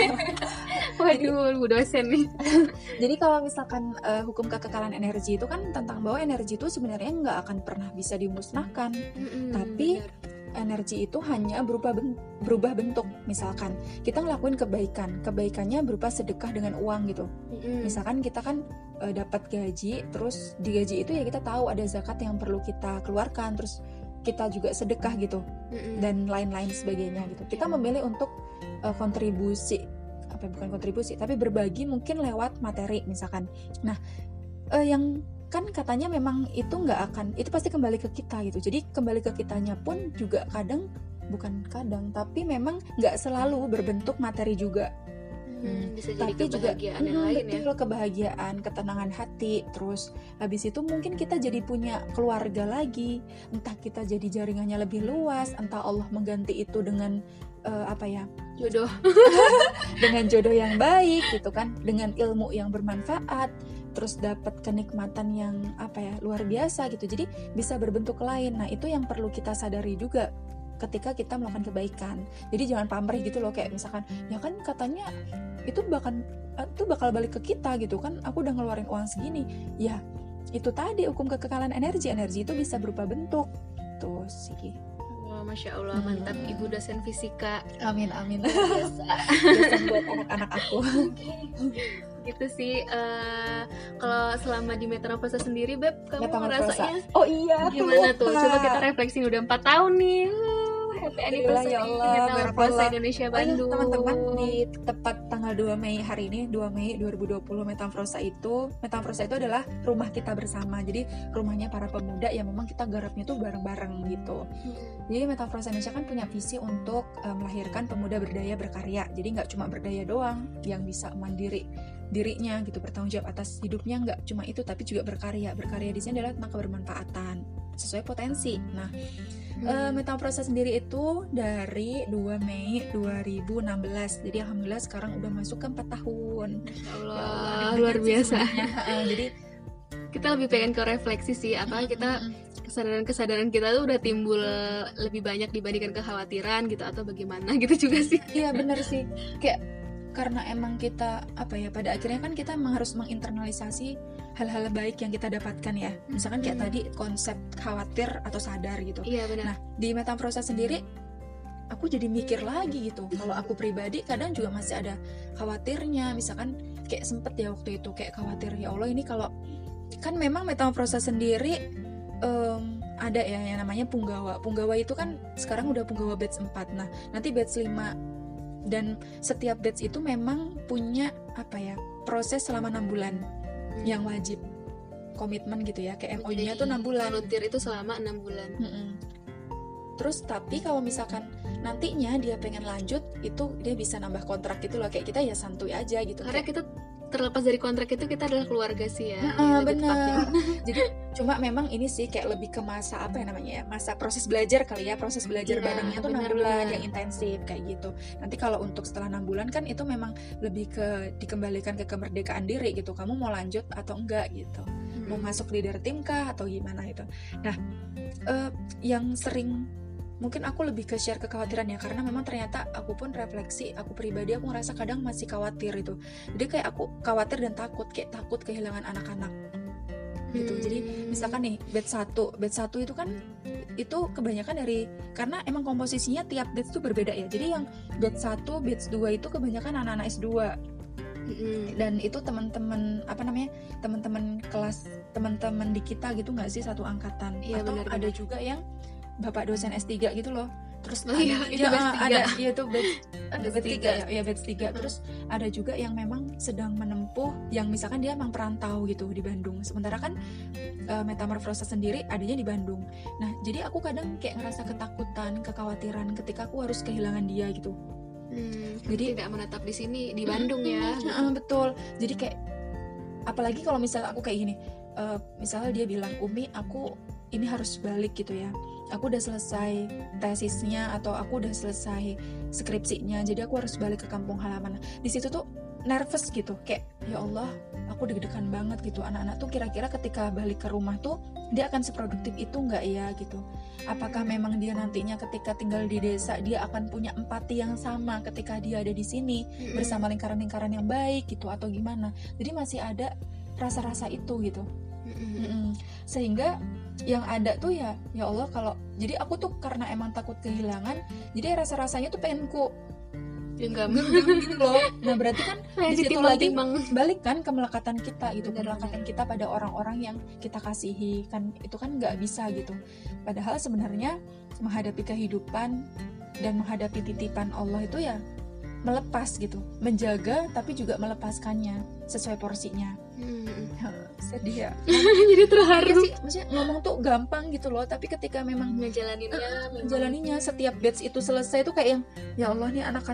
S1: Waduh, Bu dosen nih.
S2: Jadi kalau misalkan hukum kekekalan energi itu kan tentang bahwa energi itu sebenarnya nggak akan pernah bisa dimusnahkan, tapi energi itu hanya berubah bentuk. Misalkan kita ngelakuin kebaikannya berupa sedekah dengan uang gitu. Misalkan kita kan dapat gaji, terus di gaji itu ya kita tahu ada zakat yang perlu kita keluarkan, terus kita juga sedekah gitu, dan lain-lain sebagainya gitu. Kita memilih untuk bukan kontribusi tapi berbagi mungkin lewat materi misalkan. Nah yang kan katanya memang itu nggak akan, itu pasti kembali ke kita gitu. Jadi kembali ke kitanya pun juga bukan kadang tapi memang nggak selalu berbentuk materi juga.
S1: Bisa jadi
S2: Tapi juga
S1: kebahagiaan yang lain ya.
S2: betul, kebahagiaan, ketenangan hati. Terus habis itu mungkin kita jadi punya keluarga lagi, entah kita jadi jaringannya lebih luas, entah Allah mengganti itu dengan
S1: Jodoh.
S2: dengan jodoh yang baik gitu kan, dengan ilmu yang bermanfaat, terus dapat kenikmatan yang luar biasa gitu. Jadi bisa berbentuk lain. Nah, itu yang perlu kita sadari juga ketika kita melakukan kebaikan. Jadi jangan pamrih gitu loh, kayak misalkan ya kan katanya itu bakal balik ke kita gitu kan, aku udah ngeluarin uang segini. Ya, itu tadi hukum kekekalan energi itu bisa berupa bentuk. Tuh sih.
S1: Wah, Masya Allah, mantap Ibu dosen fisika.
S2: Amin.
S1: Biasa.
S2: Dosen buat anak-anak aku.
S1: Gitu sih. Kalau selama di Metamorfosa sendiri, Beb, kamu ngerasanya
S2: Oh iya,
S1: gimana tuh? Coba kita refleksi, udah 4 tahun nih. Happy anniversary
S2: ya Allah,
S1: Metamorfosa Indonesia Bandung.
S2: Teman-teman, di tepat tanggal 2 Mei hari ini, 2 Mei 2020, Metamorfosa itu adalah rumah kita bersama. Jadi rumahnya para pemuda yang memang kita garapnya tuh bareng-bareng gitu. Jadi Metamorfosa Indonesia kan punya visi untuk melahirkan pemuda berdaya berkarya. Jadi nggak cuma berdaya doang yang bisa mandiri dirinya gitu, bertanggung jawab atas hidupnya, nggak cuma itu, tapi juga berkarya di sini adalah tentang kebermanfaatan sesuai potensi. Nah, Metamorfosa sendiri itu dari 2 Mei 2016. Jadi alhamdulillah sekarang udah masuk ke 4 tahun.
S1: Ya Allah, luar biasa.
S2: Jadi
S1: kita lebih pengen ke refleksi sih, kita kesadaran kita tuh udah timbul lebih banyak dibandingkan kekhawatiran gitu, atau bagaimana gitu juga sih.
S2: Iya benar sih, kayak karena emang kita pada akhirnya kan kita emang harus menginternalisasi hal-hal baik yang kita dapatkan ya. Misalkan kayak tadi konsep khawatir atau sadar gitu.
S1: Iya benar.
S2: Nah, di Metamorfosa sendiri aku jadi mikir lagi gitu. Kalau aku pribadi kadang juga masih ada khawatirnya. Misalkan kayak sempet ya waktu itu kayak khawatir, ya Allah ini kalau kan memang Metamorfosa sendiri ada ya yang namanya punggawa. Punggawa itu kan sekarang udah punggawa batch 4. Nah, nanti batch 5. Dan setiap batch itu memang punya proses selama 6 bulan yang wajib komitmen gitu ya, kayak MOU-nya tuh 6 bulan.
S1: Volunteer itu selama 6 bulan.
S2: Terus tapi kalau misalkan nantinya dia pengen lanjut, itu dia bisa nambah kontrak gitu loh, kayak kita ya santuy aja gitu.
S1: Karena kita terlepas dari kontrak itu kita adalah keluarga sih ya.
S2: Benar. Jadi cuma memang ini sih kayak lebih ke masa masa proses belajar kali ya, proses belajar barengnya tuh 6 bulan yang intensif kayak gitu. Nanti kalau untuk setelah 6 bulan kan itu memang lebih ke dikembalikan ke kemerdekaan diri gitu. Kamu mau lanjut atau enggak gitu. Mau masuk leader tim kah atau gimana itu. Nah, yang sering mungkin aku lebih ke share kekhawatiran ya, karena memang ternyata aku pun refleksi, aku pribadi aku ngerasa kadang masih khawatir itu. Jadi kayak aku khawatir dan takut kehilangan anak-anak gitu. Jadi misalkan nih batch 1 itu kan itu kebanyakan karena emang komposisinya tiap batch itu berbeda ya. Jadi yang batch 1, batch 2 itu kebanyakan anak-anak S2. Dan itu teman-teman teman-teman kelas, teman-teman di kita gitu nggak sih, satu angkatan. Atau benar. Ada juga yang bapak dosen S3 gitu loh. Terus batch 3. Terus ada juga yang memang sedang menempuh, yang misalkan dia emang perantau gitu di Bandung. Sementara kan Metamorfosa sendiri adanya di Bandung. Nah, jadi aku kadang kayak ngerasa ketakutan, kekhawatiran ketika aku harus kehilangan dia gitu.
S1: Jadi tidak menetap di sini di Bandung ya.
S2: Betul. Jadi kayak apalagi kalau misalnya aku kayak gini, misalnya dia bilang, Umi aku ini harus balik gitu ya, aku udah selesai tesisnya atau aku udah selesai skripsinya, jadi aku harus balik ke kampung halaman. Di situ tuh nervous gitu, kayak ya Allah aku deg-degan banget gitu. Anak-anak tuh kira-kira ketika balik ke rumah tuh dia akan seproduktif itu nggak ya gitu. Apakah memang dia nantinya ketika tinggal di desa dia akan punya empati yang sama ketika dia ada di sini bersama lingkaran-lingkaran yang baik gitu, atau gimana. Jadi masih ada rasa-rasa itu gitu. Sehingga yang ada tuh ya Allah, kalau jadi aku tuh karena emang takut kehilangan, jadi rasa-rasanya tuh pengen ku genggam gitu loh. Nah berarti kan di situ lagi balik kan ke melekatan kita gitu, melekatan kita pada orang-orang yang kita kasihi kan, itu kan nggak bisa gitu. Padahal sebenarnya menghadapi kehidupan dan menghadapi titipan Allah itu ya melepas gitu, menjaga tapi juga melepaskannya sesuai porsinya. Sedih ya.
S1: Jadi terharu.
S2: Sih, maksudnya ngomong tuh gampang gitu loh, tapi ketika memang menjalaninya setiap batch itu selesai tuh kayak yang ya Allah nih anak-anak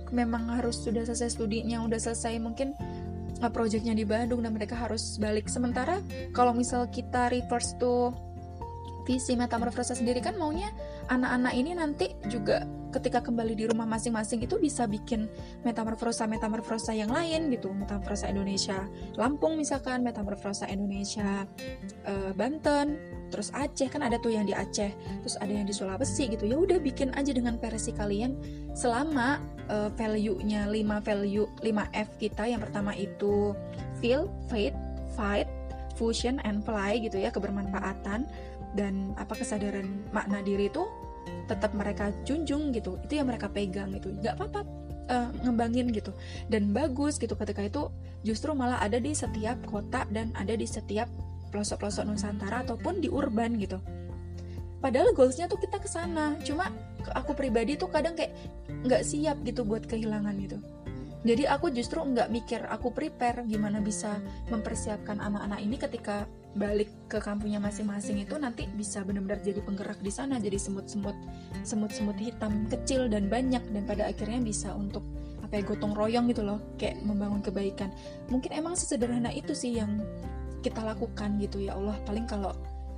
S2: memang harus sudah selesai studinya, udah selesai mungkin projectnya di Bandung dan mereka harus balik. Sementara kalau misal kita reverse to visi Metamorfosa sendiri kan maunya anak-anak ini nanti juga ketika kembali di rumah masing-masing itu bisa bikin metamorfosa yang lain gitu, metamorfosa Indonesia Lampung misalkan, metamorfosa Indonesia Banten, terus Aceh kan ada tuh yang di Aceh, terus ada yang di Sulawesi gitu. Ya udah bikin aja dengan versi kalian selama value-nya 5F kita. Yang pertama itu feel, faith, fight, fusion and fly gitu ya, kebermanfaatan dan kesadaran makna diri itu tetap mereka junjung gitu, itu yang mereka pegang gitu, nggak apa-apa ngembangin gitu, dan bagus gitu ketika itu justru malah ada di setiap kota dan ada di setiap pelosok-pelosok Nusantara ataupun di urban gitu. Padahal goalsnya tuh kita kesana, cuma aku pribadi tuh kadang kayak nggak siap gitu buat kehilangan gitu. Jadi aku justru nggak mikir, aku prepare gimana bisa mempersiapkan anak-anak ini ketika balik ke kampungnya masing-masing itu nanti bisa benar-benar jadi penggerak di sana, jadi semut-semut hitam kecil dan banyak, dan pada akhirnya bisa untuk gotong royong gitu loh, kayak membangun kebaikan. Mungkin emang sesederhana itu sih yang kita lakukan gitu ya Allah. Paling kalau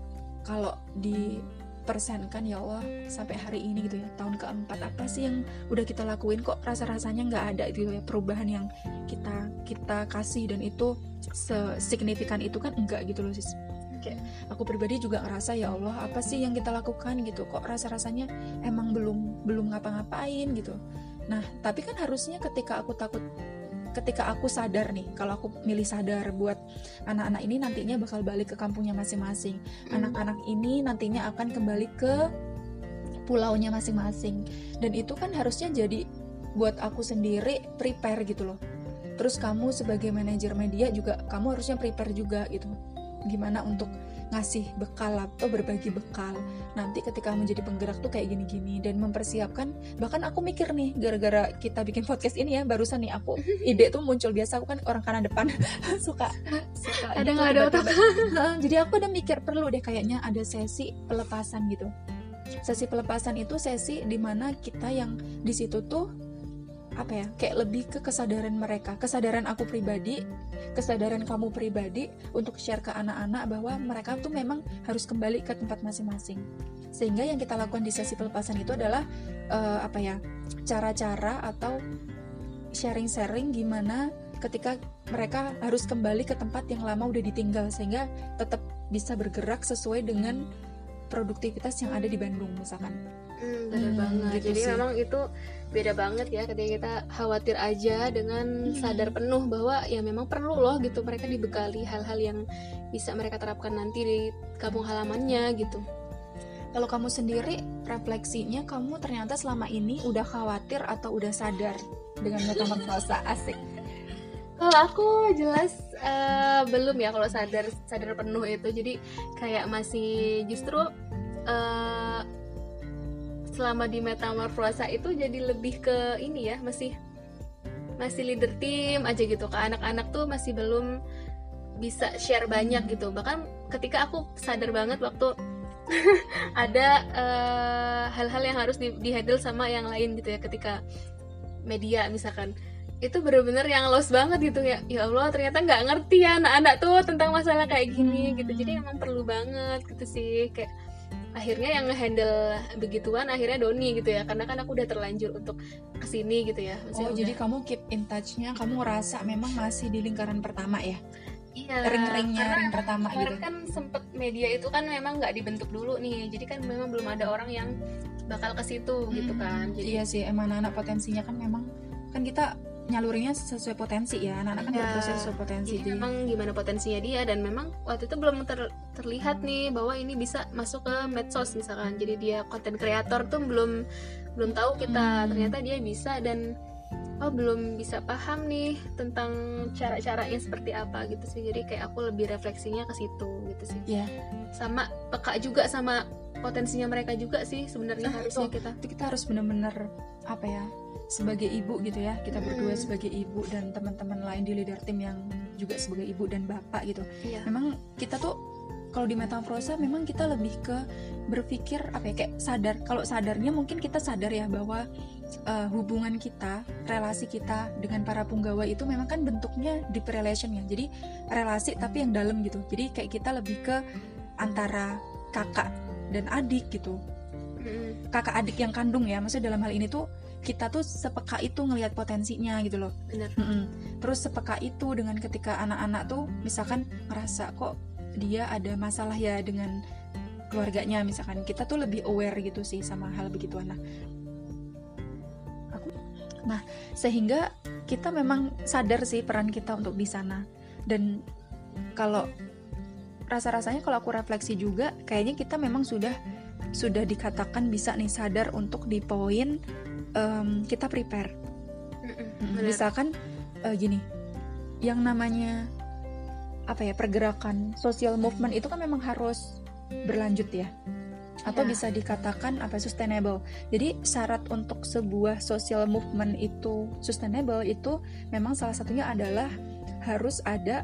S2: di persenkan ya Allah sampai hari ini gitu ya, tahun keempat apa sih yang udah kita lakuin kok rasa-rasanya nggak ada gitu ya perubahan yang kita kasih, dan itu sesignifikan itu kan enggak gitu loh sis. Kayak aku pribadi juga ngerasa ya Allah apa sih yang kita lakukan gitu kok rasa-rasanya emang belum ngapa-ngapain gitu. Nah tapi kan harusnya ketika aku sadar nih, kalau aku milih sadar buat anak-anak ini nantinya bakal balik ke kampungnya masing-masing. Anak-anak ini nantinya akan kembali ke pulaunya masing-masing. Dan itu kan harusnya jadi buat aku sendiri prepare gitu loh. Terus kamu sebagai manajer media juga, kamu harusnya prepare juga gitu. Gimana untuk ngasih bekal atau berbagi bekal nanti ketika menjadi penggerak tuh kayak gini-gini, dan mempersiapkan. Bahkan aku mikir nih, gara-gara kita bikin podcast ini ya barusan nih, aku ide tuh muncul. Biasa aku kan orang kanan depan suka
S1: ada nggak ada otak.
S2: Jadi aku udah mikir perlu deh kayaknya ada sesi pelepasan gitu. Sesi pelepasan itu sesi dimana kita yang di situ tuh kayak lebih ke kesadaran mereka, kesadaran aku pribadi, kesadaran kamu pribadi, untuk share ke anak-anak bahwa mereka tuh memang harus kembali ke tempat masing-masing. Sehingga yang kita lakukan di sesi pelepasan itu adalah cara-cara atau sharing-sharing gimana ketika mereka harus kembali ke tempat yang lama udah ditinggal, sehingga tetap bisa bergerak sesuai dengan produktivitas yang ada di Bandung misalkan.
S1: Benar banget.
S2: Gitu
S1: jadi
S2: sih.
S1: Memang itu beda banget ya ketika kita khawatir aja dengan sadar penuh bahwa ya memang perlu loh gitu mereka dibekali hal-hal yang bisa mereka terapkan nanti di kampung halamannya gitu.
S2: Kalau kamu sendiri refleksinya, kamu ternyata selama ini udah khawatir atau udah sadar dengan metamorfosa? Asik.
S1: Kalau aku jelas belum ya kalau sadar penuh itu. Jadi kayak masih justru selama di metamorfosa itu jadi lebih ke ini ya, masih leader tim aja gitu. Ke anak-anak tuh masih belum bisa share banyak gitu. Bahkan ketika aku sadar banget waktu ada hal-hal yang harus di-handle sama yang lain gitu ya, ketika media misalkan, itu bener-bener yang lost banget gitu ya. Ya Allah ternyata nggak ngerti ya anak-anak tuh tentang masalah kayak gini gitu. Jadi emang perlu banget gitu sih. Kayak akhirnya yang nge-handle begituan akhirnya Doni gitu ya, karena kan aku udah terlanjur untuk kesini gitu ya.
S2: Maksudnya jadi kamu keep in touch-nya, kamu ngerasa memang masih di lingkaran pertama ya?
S1: Iya,
S2: ring-ringnya ring pertama gitu.
S1: kan sempet media itu kan memang nggak dibentuk dulu nih, jadi kan memang belum ada orang yang bakal ke situ gitu kan. Jadi
S2: iya sih, emang anak potensinya kan memang kan kita nyalurinnya sesuai potensi ya, anak-anak kan berproses sesuai potensi.
S1: Jadi memang gimana potensinya dia, dan memang waktu itu belum terlihat nih bahwa ini bisa masuk ke medsos misalkan. Jadi dia konten kreator tuh belum tahu kita ternyata dia bisa, dan belum bisa paham nih tentang cara-caranya seperti apa gitu sih. Jadi kayak aku lebih refleksinya ke situ gitu sih.
S2: Iya.
S1: Sama peka juga sama potensinya mereka juga sih sebenarnya. Harusnya
S2: kita harus benar-benar sebagai ibu gitu ya, kita berdua sebagai ibu dan teman-teman lain di leader tim yang juga sebagai ibu dan bapak gitu.
S1: Iya.
S2: Memang kita tuh kalau di metamorfosa memang kita lebih ke berpikir apa ya, kayak sadar. Kalau sadarnya mungkin kita sadar ya bahwa hubungan kita, relasi kita dengan para punggawa itu memang kan bentuknya deep relation ya. Jadi relasi tapi yang dalam gitu. Jadi kayak kita lebih ke antara kakak dan adik gitu. Kakak adik yang kandung ya. Maksudnya dalam hal ini tuh kita tuh sepeka itu ngelihat potensinya gitu loh.
S1: Benar.
S2: Terus sepeka itu dengan ketika anak-anak tuh misalkan ngerasa kok dia ada masalah ya dengan keluarganya, misalkan kita tuh lebih aware gitu sih sama hal begituan. Nah, sehingga kita memang sadar sih peran kita untuk di sana. Dan kalau rasa-rasanya kalau aku refleksi juga, kayaknya kita memang sudah dikatakan bisa nih sadar untuk di poin kita prepare. Misalkan gini, yang namanya apa ya, pergerakan social movement itu kan memang harus berlanjut ya, atau bisa dikatakan apa, sustainable. Jadi syarat untuk sebuah social movement itu sustainable itu memang salah satunya adalah harus ada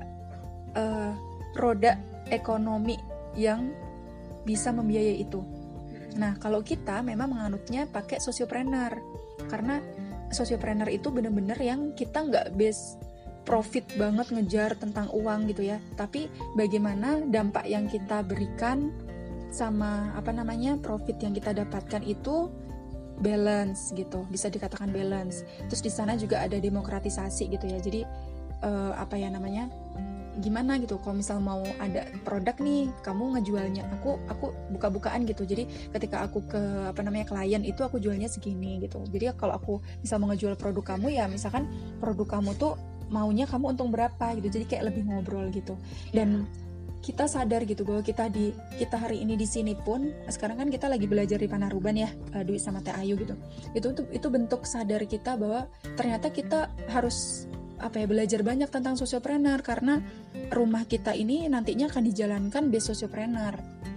S2: roda ekonomi yang bisa membiayai itu. Nah, kalau kita memang menganutnya pakai sociopreneur, karena sociopreneur itu benar-benar yang kita nggak base profit banget ngejar tentang uang gitu ya, tapi bagaimana dampak yang kita berikan sama apa namanya profit yang kita dapatkan itu balance gitu, bisa dikatakan balance. Terus di sana juga ada demokratisasi gitu ya, jadi apa ya namanya, gimana gitu kalau misal mau ada produk nih kamu ngejualnya, aku buka-bukaan gitu, jadi ketika aku ke apa namanya klien itu aku jualnya segini gitu. Jadi kalau aku misal mau ngejual produk kamu ya, misalkan produk kamu tuh maunya kamu untung berapa gitu, jadi kayak lebih ngobrol gitu. Dan kita sadar gitu bahwa kita hari ini di sini pun sekarang kan kita lagi belajar di Panaruban ya, Dwi sama Teh Ayu gitu. Itu bentuk sadar kita bahwa ternyata kita harus apa ya, belajar banyak tentang sociopreneur, karena rumah kita ini nantinya akan dijalankan base sociopreneur.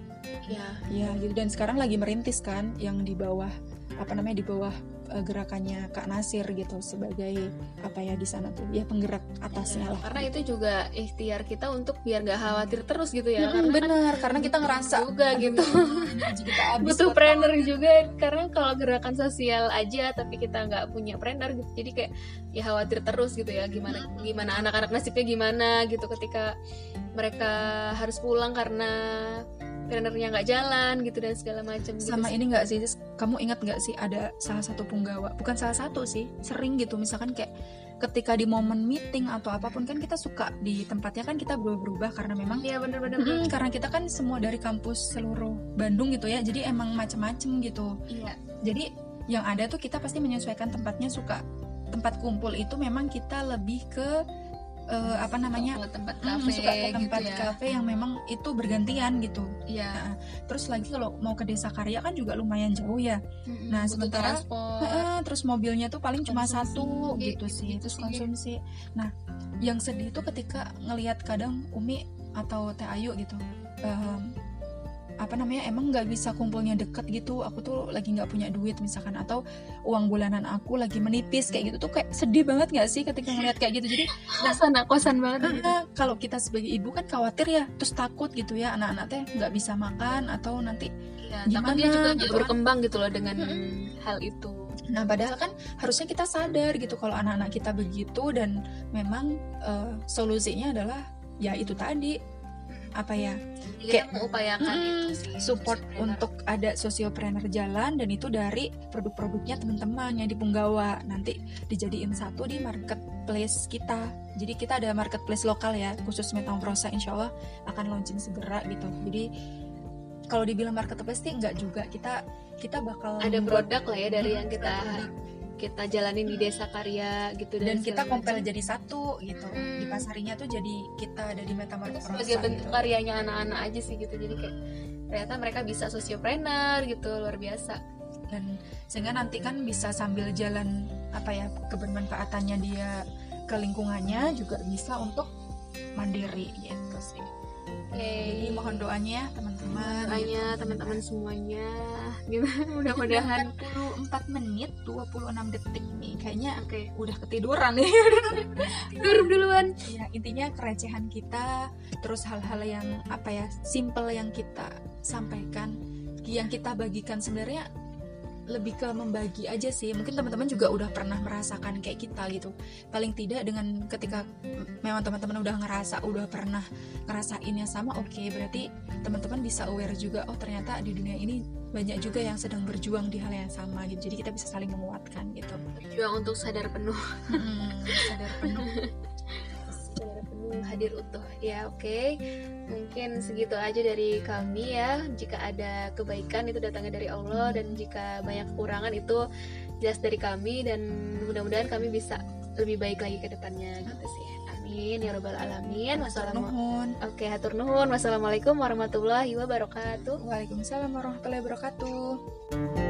S2: Ya gitu. Dan sekarang lagi merintis kan yang di bawah apa namanya, di bawah gerakannya Kak Nasir gitu, sebagai apa ya di sana tuh ya, penggerak atasnya lah.
S1: Karena itu juga ikhtiar kita untuk biar gak khawatir terus gitu ya. Karena
S2: bener, karena kita ngerasa
S1: juga gitu butuh planner juga, karena kalau gerakan sosial aja tapi kita nggak punya planner gitu, jadi kayak ya khawatir terus gitu ya, gimana anak-anak nasibnya gimana gitu ketika mereka harus pulang karena plannernya nggak jalan gitu dan segala macam gitu.
S2: Sama ini nggak sih, kamu ingat nggak sih ada salah satu punggawa, bukan salah satu sih, sering gitu misalkan kayak ketika di momen meeting atau apapun kan kita suka di tempatnya kan kita berubah karena memang
S1: iya benar-benar
S2: karena kita kan semua dari kampus seluruh Bandung gitu ya, jadi emang macem-macem gitu.
S1: Iya.
S2: Jadi yang ada tuh kita pasti menyesuaikan tempatnya, suka tempat kumpul itu memang kita lebih ke apa namanya,
S1: tempat kafe
S2: suka ke tempat
S1: gitu ya.
S2: kafe yang memang itu bergantian gitu.
S1: Iya.
S2: Nah, terus lagi kalau mau ke Desa Karya kan juga lumayan jauh ya. Nah sementara terus mobilnya tuh paling cuma satu gitu sih, terus konsumsi. Nah yang sedih tuh ketika ngelihat kadang Umi atau Teh Ayu gitu, apa namanya, emang nggak bisa kumpulnya deket gitu, aku tuh lagi nggak punya duit misalkan, atau uang bulanan aku lagi menipis kayak gitu tuh, kayak sedih banget nggak sih ketika ngeliat kayak gitu. Jadi
S1: kosan banget gitu.
S2: Kalau kita sebagai ibu kan khawatir ya, terus takut gitu ya anak-anak teh nggak bisa makan atau nanti
S1: gimana dia juga gitu berkembang gitu loh dengan hal itu.
S2: Nah padahal kan harusnya kita sadar gitu kalau anak-anak kita begitu, dan memang solusinya adalah ya itu tadi, apa ya,
S1: kayak mengupayakan itu sih,
S2: support untuk ada sociopreneur jalan, dan itu dari produk-produknya teman-teman yang di Punggawa nanti dijadiin satu di marketplace kita. Jadi kita ada marketplace lokal ya khusus Metamorfosa, insya Allah akan launching segera gitu. Jadi kalau dibilang marketplace sih enggak juga, kita bakal
S1: ada produk lah ya dari yang kita jalanin di Desa Karya gitu,
S2: dan kita compile jadi satu gitu. Dipasarinya tuh jadi kita ada di Metamorfosa
S1: sebagai bentuk
S2: gitu.
S1: karyanya anak-anak aja sih gitu. Jadi kayak ternyata mereka bisa sociopreneur gitu, luar biasa.
S2: Dan sehingga nanti kan bisa sambil jalan apa ya, kebermanfaatannya dia ke lingkungannya juga bisa untuk mandiri gitu sih. Jadi mohon doanya ya teman-teman.
S1: Teman-teman semuanya. Gimana? Mudah-mudahan
S3: 44 menit 26 detik nih. Kayaknya
S1: oke.
S3: udah ketiduran nih.
S1: Tidur duluan.
S3: Ya, intinya kerecehan kita, terus hal-hal yang apa ya, simple yang kita sampaikan, yang kita bagikan sebenarnya lebih ke membagi aja sih. Mungkin teman-teman juga udah pernah merasakan kayak kita gitu. Paling tidak dengan ketika memang teman-teman udah pernah ngerasain yang sama, oke, berarti teman-teman bisa aware juga, oh ternyata di dunia ini banyak juga yang sedang berjuang di hal yang sama gitu. Jadi kita bisa saling menguatkan gitu.
S1: Berjuang untuk sadar penuh.
S3: Sadar penuh.
S1: Sadar penuh, hadir utuh. Ya, oke. Mungkin segitu aja dari kami ya. Jika ada kebaikan itu datangnya dari Allah, dan jika banyak kekurangan itu jelas dari kami, dan mudah-mudahan kami bisa lebih baik lagi ke depannya gitu sih. Amin ya rabbal alamin. Oke, hatur nuhun. Wassalamualaikum warahmatullahi wabarakatuh.
S3: Waalaikumsalam warahmatullahi wabarakatuh.